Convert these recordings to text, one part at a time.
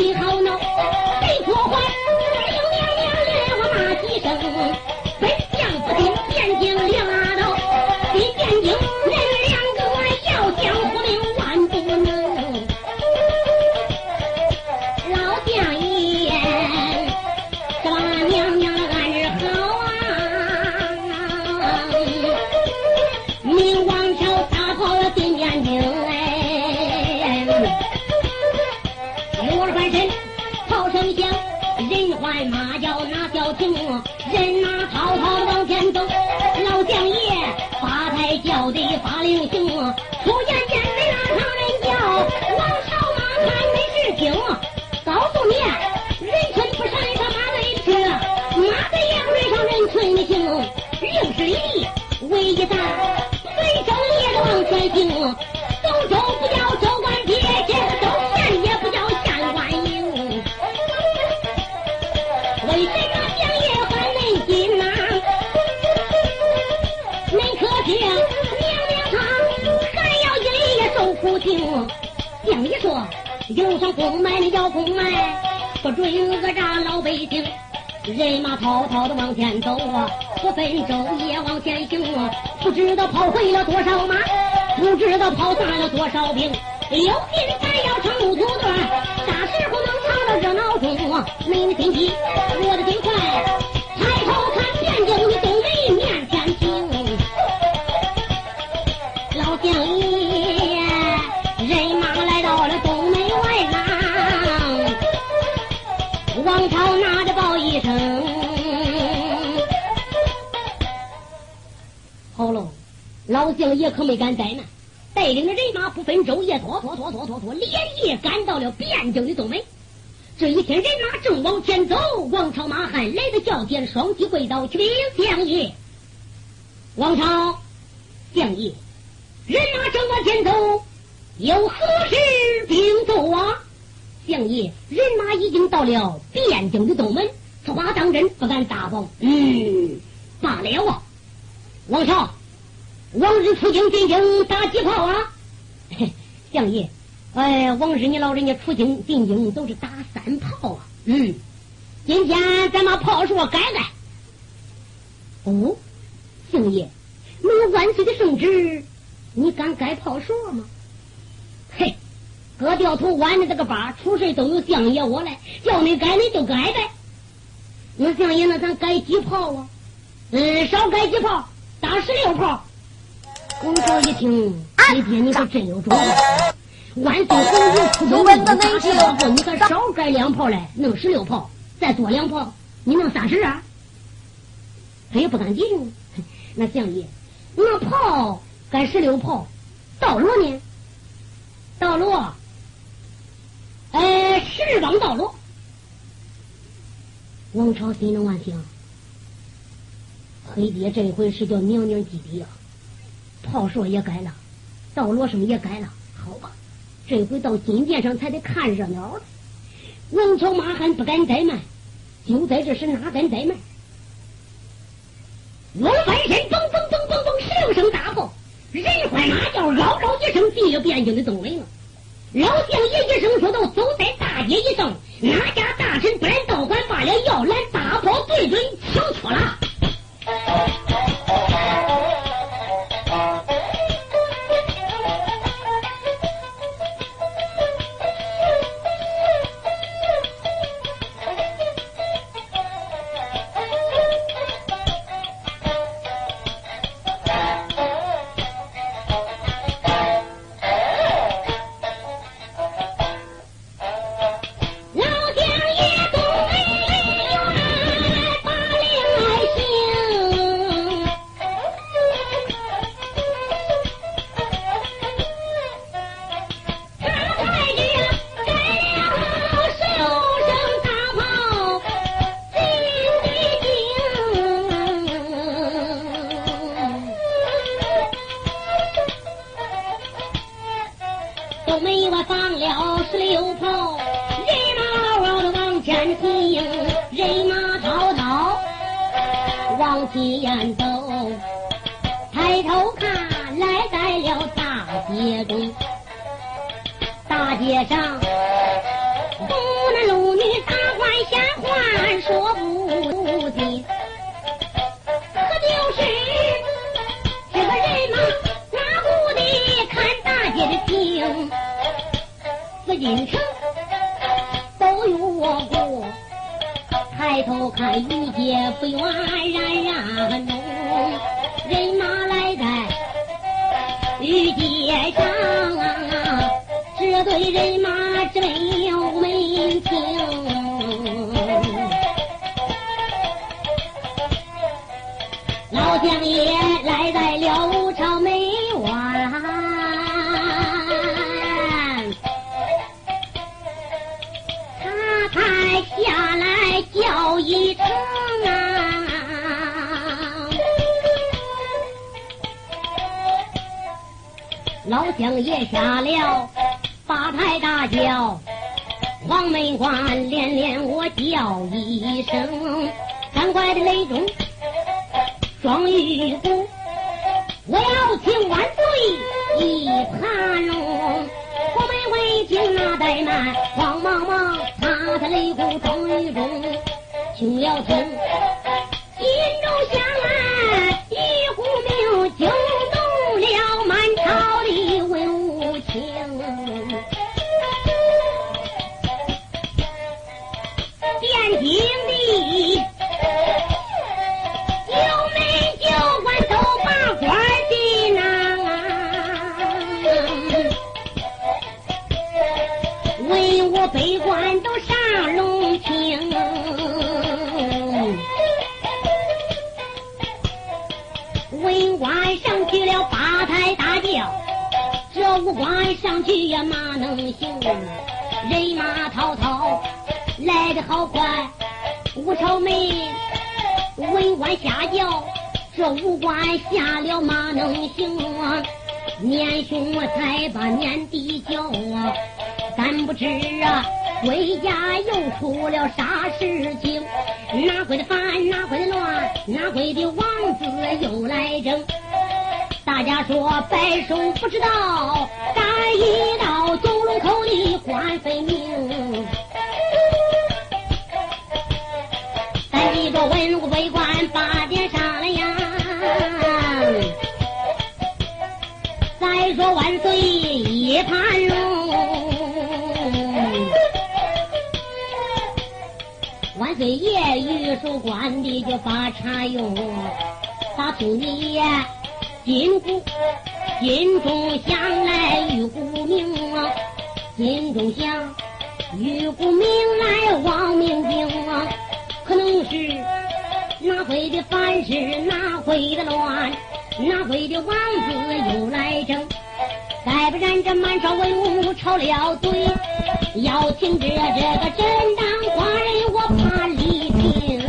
的好恼，被说话命娘娘连我骂几声，本将不听汴京领导，比汴京人两个要想活命万不能。老将爷，这娘娘安日好啊！明王朝打跑了进汴京哎，有儿翻身炮声响，人唤马叫那叫停，人马滔滔的往前走。老将爷发台叫的发令行，出言见没那场人叫王朝马看没事情，告诉你人村不上他马队去，马队也不上人村的行，60里为一战，随手也着往前行，走州不叫州官撇，这个走县也不叫县官营，为什么将爷还内心呐？恁可知娘娘她还要一里也受苦情，将爷说有上公买你叫公买，不准讹诈老百姓，人马滔滔的往前走啊，不分昼夜往前行啊，不知道跑回了多少马，不知道跑散了多少兵，有心咱要成路途段，啥时候能尝到热闹中啊？你的心急，我的心快，抬头看汴京的东北面前行，老将爷人马来到了东门外廊，王朝拿着报一声，好喽，老将爷可没敢怠慢，带领着人马不分昼夜，拖，连夜赶到了汴京的东门。这一天人马正往前走，王朝马汉来到轿前，双膝跪倒，禀将爷。王朝将爷，人马正往前走，有何事禀奏啊？将爷，人马已经到了汴京的东门，此话当真，不敢打报。罢了啊。王朝，往日出京进京打几炮啊？将爷，往日你老人家出京进京都是打3炮啊。今天咱把炮数改改。哦，将爷，没有万岁的圣旨，你敢改炮数吗？嘿，各掉头弯着这个把，出事都有将爷我来，叫你改你就改呗。那将爷，那咱改几炮啊？少改几炮，打16炮。王朝一听，这天你可真有主意。万岁皇帝出京打16炮，你可少改2炮来，弄16炮，再多2炮，你弄30啊？他也不敢急用。那将爷，那炮改16炮，道路呢？道路10往道路。王朝心中暗想，黑爹这回是叫娘娘击毙啊！炮数也改了，道路上也改了，好吧，这回到金殿上才得看热闹了。王朝马汉不敢怠慢，就在这时哪敢怠慢？王翻身嘣16声大炮，人唤马叫嗷嗷一声进了汴京的东门了。老将爷一声说道，走在大街一上，哪家大臣不然道馆罢了，要拦大炮对准清楚了。前走，抬头看，来在了大街中，大街上不闲话说不尽，可就是这个人嘛，哪顾的看大街的景，紫禁城都有我过，抬头看雨街飞远冉冉浓，人马来在雨街上啊，这对人马真有门情。老将爷来在了朝门外，他才下来叫一声啊，老将爷下了八抬大轿，黄门关连连我叫一声，赶快的雷中双玉鼓，我要请万岁一盘龙。我们闻听那怠慢，慌忙忙他擂鼓双玉钟，听了听，心中想啊，一股命惊动了满朝的文武卿，殿厅的北关都上龙庭，文官上去了八抬大轿，这武官上去呀马能行，人马滔滔来得好快，武朝门文官下轿，这武官下了马能行，年兄才把年底交啊，咱不知啊，回家又出了啥事情？哪回的烦，哪回的乱，哪回的王子又来争？大家说白手不知道，赶一到九龙口里官非明。咱记着文武百官8点上来呀！再说万岁一盘龙。万岁爷御书馆的就把茶用，打从你金中响来玉鼓鸣，金中响玉鼓鸣来王明经，可能是哪回的凡事，哪回的乱，哪回的王子又来争，再不然这满朝文武吵了嘴，要听着这个真当花人，我怕离听。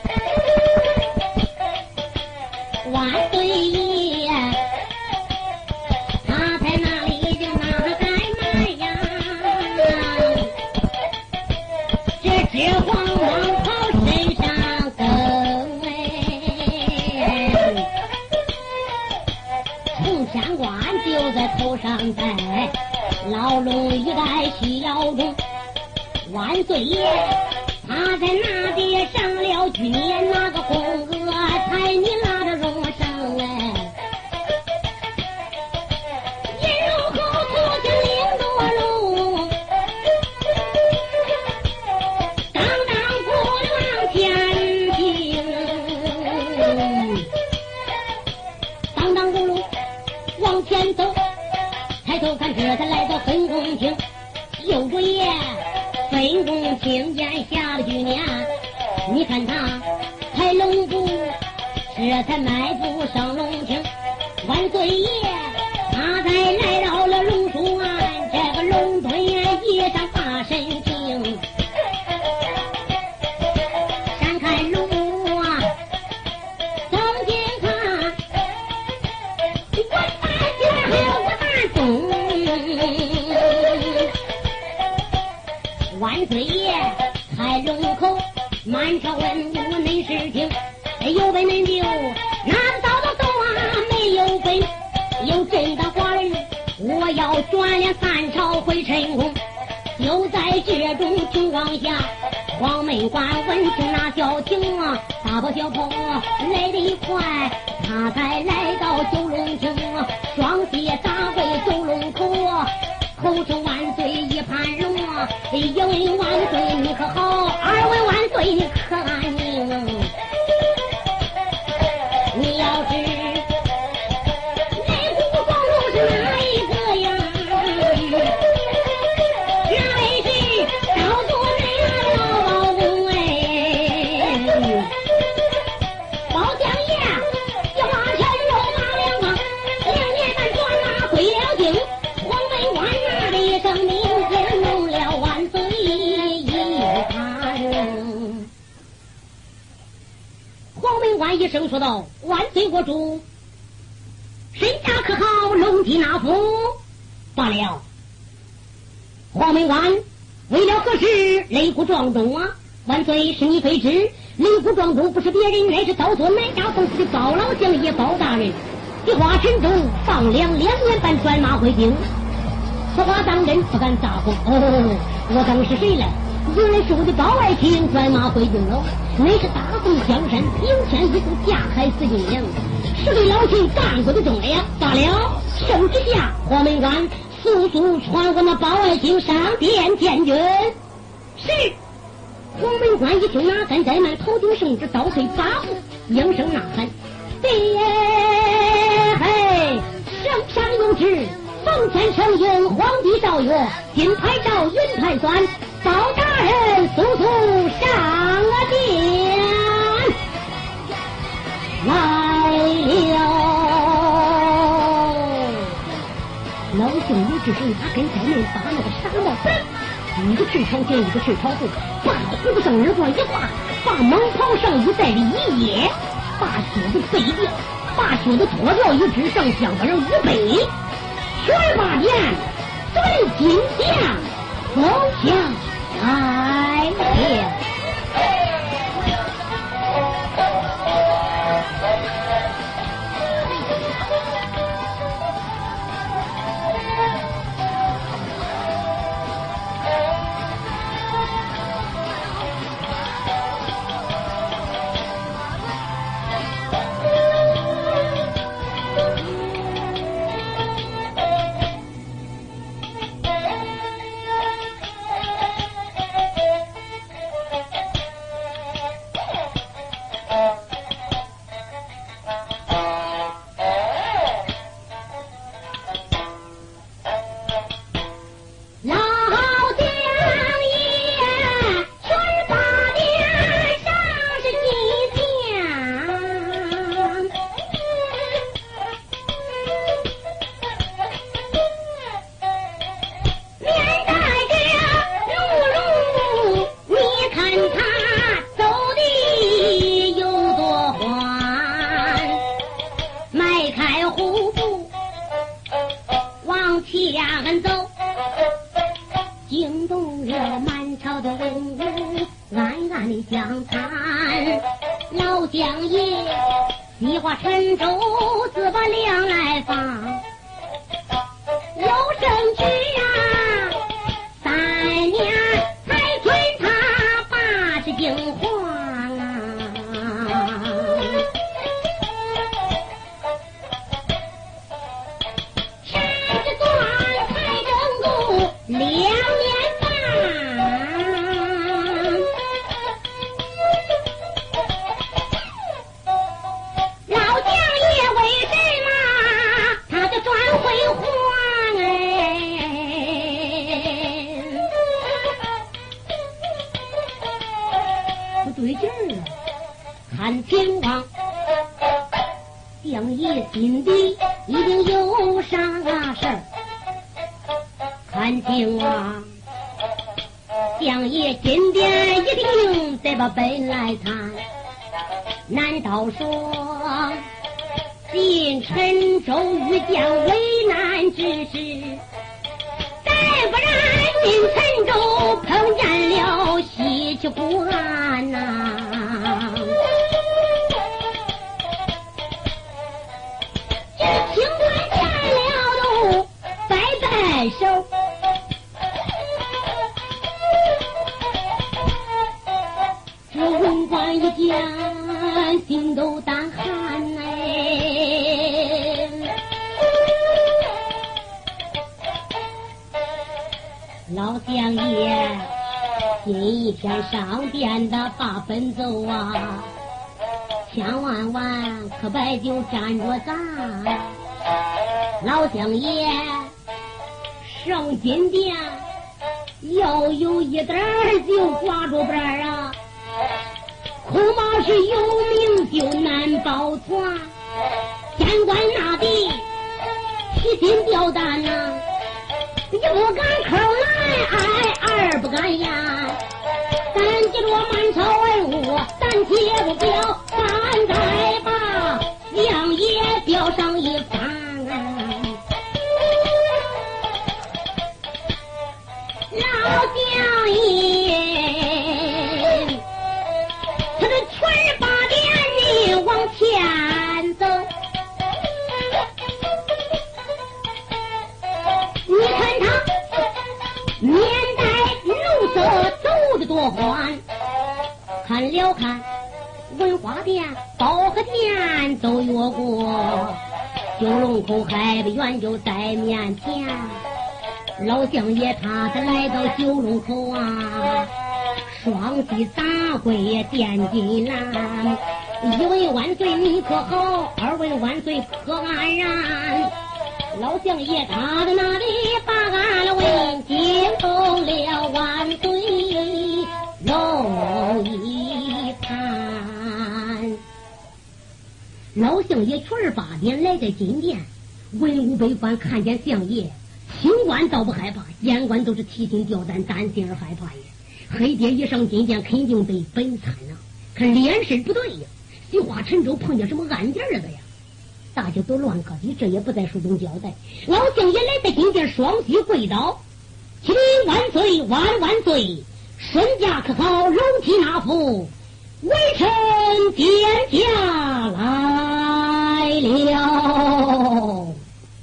万岁爷他在那里就拿在马呀，这只慌忙跑身上更从天官就在头上戴，牢笼玉带细腰中，万岁爷他在那里上了去年那个红额，才你拉着容上来，一入后头就领着龙，当当步的往前行，当当步路往前走，抬头看这才来到分公厅，右主爷分公厅眼下的局面，你看他抬龙步，这才迈步上龙厅。万岁爷他才来到了龙书案，这个龙墩一上大神经，闪开龙啊曾经看我大姐还有我大东，万岁爷开龙口，满朝文武恁是听，有本恁就拿着刀刀走啊，没有本有真的华人，我要转脸3朝回晨空。就在这种情况下， 黄门关闻听那叫停啊，大伯小婆来得一快，他才来到九龙亭，双膝打跪九龙口，口称万岁一盘龙，一问万岁你可好，二问万岁你可安宁。你要是内湖光荣是哪一个呀？那位是少主人老包公哎，包相爷一花钱肉马两方，2年半转马归了京，黄门关那里一声名天弄了万岁一盘。黄门关一声说道：万岁国主，身价可好？龙体那副罢了。黄门关为了何事擂鼓撞钟啊？万岁，是你非知，擂鼓撞钟不是别人，乃是刀作南家奉司的高老将爷包大人的花陈州放粮2年半转马回京，此话当真，不敢撒谎。哦，我当是谁来？原来是我的包爱卿转马回京了，乃是大宋江山平迁一度架海死金梁，是对老秦干过的重量。罢了，圣旨下，黄门关速速传我那包爱卿上殿见君。是。黄门关一听哪敢怠慢，头顶圣旨倒退8步，应声呐喊：爹嘿，圣上有旨，奉天承运，皇帝诏曰，金牌诏，银牌算，包大人速速上了殿来了。老姓李志生他跟在内把那个傻帽一个赤朝前，一个赤朝后，把胡子上耳光一挂，把蟒袍上衣带里一掖，把靴子背掉，把靴子脱掉一只上香把人五背，全把殿对金将走向来了。 心都胆寒哎。老相爷今一天上殿的把本奏啊，千万万可别就站着咱。老相爷上金殿要有一点就挂着本啊，恐怕是有名就难保存。监官那地提心吊胆呐，一不敢口来，二不敢言。咱记着满朝文武，暂且不表，咱再把相爷表上一番。老相爷他的全把脸往前走，你看他面带怒色走得多欢，看了看文华殿保和殿都越过，九龙口还不远就在面前。老相爷他来到九龙口啊，双膝打跪奠金兰，一问万岁你可好，二问万岁可安然。老相爷他在那里把俺问惊动了万岁龙一盘。老相爷全儿8点来在金殿，文武百官看见相爷，清官倒不害怕，言官都是提心吊胆，担心而害怕也。黑爹一上金殿肯定被本参啊，可脸色不对呀，西华陈州碰见什么案件了的呀？大家都乱个的，这也不在书中交代。老相爷来在金殿，双膝跪倒，启禀万岁万万岁，身价可好，龙体那副微臣见驾来了。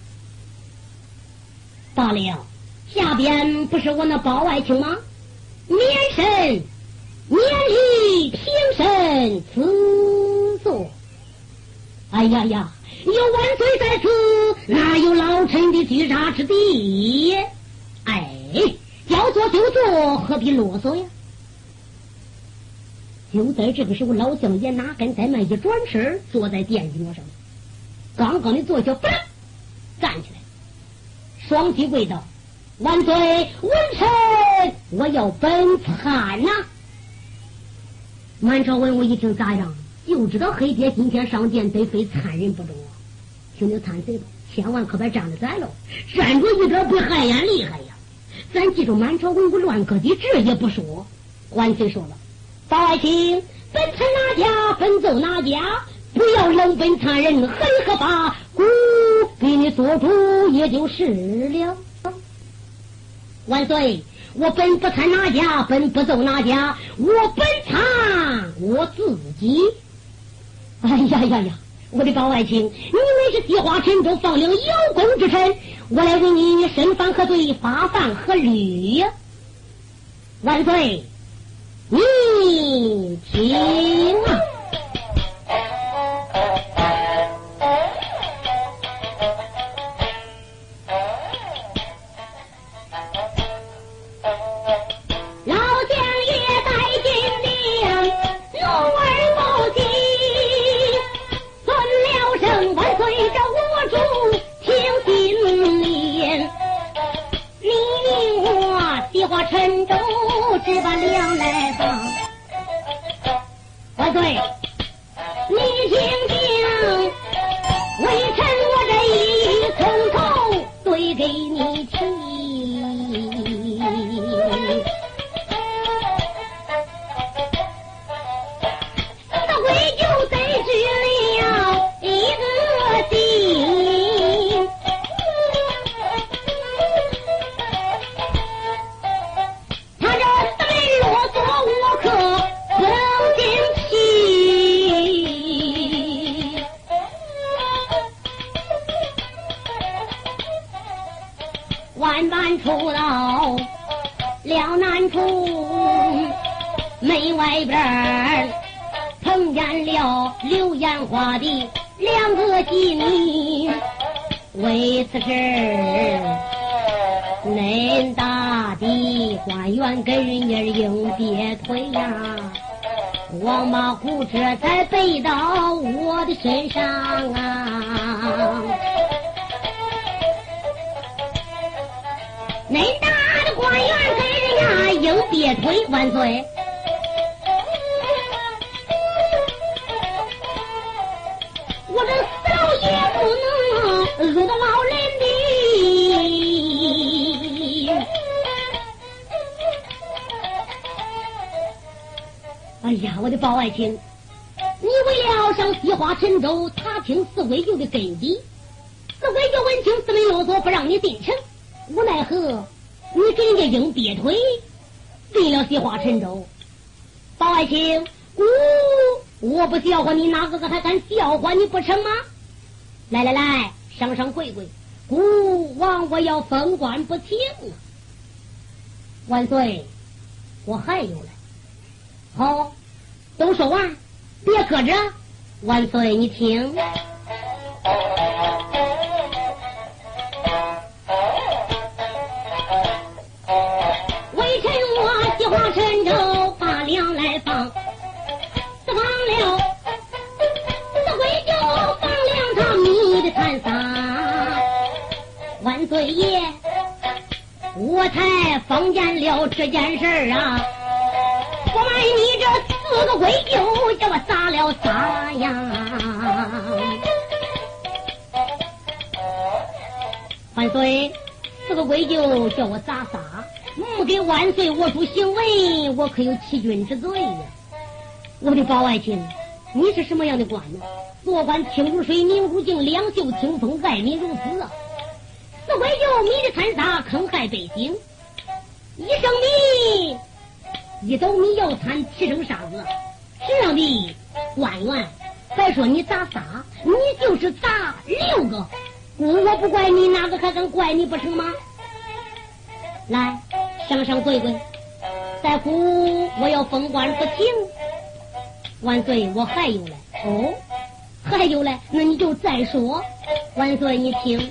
罢了，下边不是我那包爱卿吗？免审免礼平审此座。哎呀呀，有万岁在此，哪有老臣的居杀之地？哎，要做就做，何必啰嗦呀？就在这个时候，老相爷哪根再慢一转身，坐在殿椅上，刚刚的坐下，不站起来，双膝跪道：万岁，文臣我要本参呐！满朝文武一听咋样，就知道黑爹今天上殿得非参人不中啊！兄弟参谁吧，千万可别站着咱喽，站着一点不害眼厉害呀！咱记住满朝文武乱个的，这也不说。万岁说了，包爱卿，本参哪家，本奏哪家，不要冷本参人，黑和把姑给你做主也就是了。万岁，我本不参哪家，本不奏哪家，我本参我自己。哎呀呀呀，我的高爱卿，你乃是西华陈州放领有功之臣，我来问你身犯何罪，发犯何律呀？万岁，你听啊！陈州只把粮来放，万岁，你听听，微臣我这一从头对给你听。这回就在这里了一个心。万般出到了难处，门外边头碰见了刘艳华的两个妓女，为此事恁大的官员跟人家迎别腿呀，王马虎这才背到我的身上啊！恁大的官员跟人家迎别腿，万岁！我这死老爷不能惹到老人的。哎呀，我的宝爱卿，你为了上西华陈州打听四位舅的根基，四位舅闻听四门啰嗦，不让你进城，无奈何你给人家硬憋腿进了西华陈州。宝爱卿，我不笑话你，哪个还敢笑话你不成吗？来来来，上上跪跪，孤王我要封官不听啊！万岁，我还有来。好，都说完，别搁着。万岁，你听。微臣我西华陈州把粮来放，四放了，四回就放粮他米的残撒。万岁爷，我才放见了这件事啊！我买你这四个鬼酒叫我撒了撒呀！万岁，四个鬼酒叫我撒撒，不给万岁我主行为，我可有欺君之罪呀！我的宝爱卿，你是什么样的官呢？做官清如水，明如镜，两袖清风，爱民如子啊！四鬼酒米的残撒，坑害百姓，一生米一斗米要惨，七成杀子。这样的官员，别说你砸仨，你就是砸6个，我不怪你，哪个还敢怪你不成吗？来，上上跪跪，在乎我要封官不听。万岁，我还有来。哦，还有来，那你就再说。万岁，你听。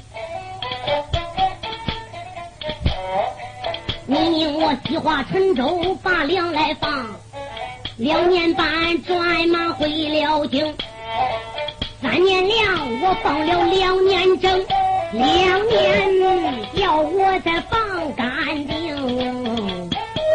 你命我西华陈州把粮来放，2年半转马回了京，3年粮我放了2年整，2年要我再放干净。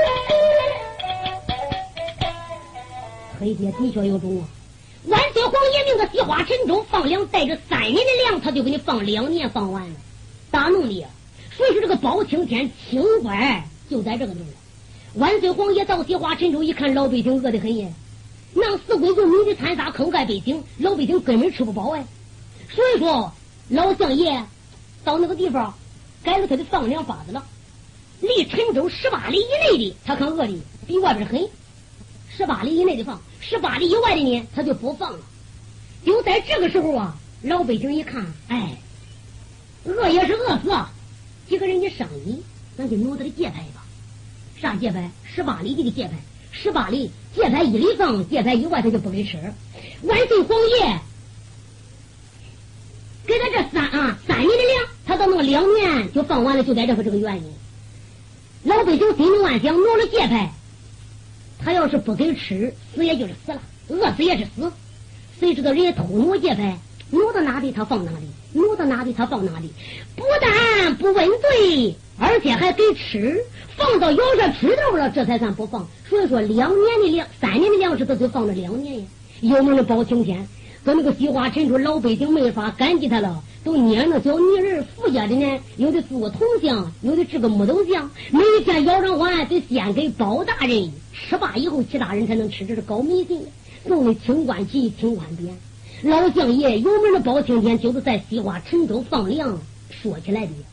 黑爹的确有种啊！万岁皇爷命个西华陈州放粮，带着3年的粮，他就给你放2年放完了，大弄的呀！所以说这个包青天清官就在这个地方。万岁皇爷到西华陈州一看，老百姓饿得很呀，那四鬼就米的残撒，坑害百姓，老百姓根本吃不饱哎。所以说老相爷到那个地方改了他的放粮法子了，离陈州18里以内的他看饿的比外边狠，18里以内的放，18里以外的呢他就不放了。就在这个时候啊，老百姓一看，哎，饿也是饿死啊，几个人一商议，咱就挪他的界牌吧。啥界牌？18里这个界牌，18里界牌1里放，界牌以外他就不给吃。万岁皇爷给他这3年的粮，他到那个2年就放完了，就在这个原因。老百姓心中暗想，挪了界牌，他要是不给吃，死也就是死了，饿死也是死。谁知道人家偷挪界牌，挪到哪里他放哪里，挪到哪里他放哪里，不但不问罪，而且还给吃，放到腰上吃头了，这才算不放。所以说2年的粮，3年的粮食他就放了2年呀。有名的包青天跟那个西华陈州老百姓没法感激他了，都捏那小女人，富家的呢有的做铜像，有的制个木头像，每天要上还得先给包大人吃罢以后，其他人才能吃，这是高迷信，弄的清官旗清官匾。老相爷有名的包青天就是在西华陈州放粮说起来的。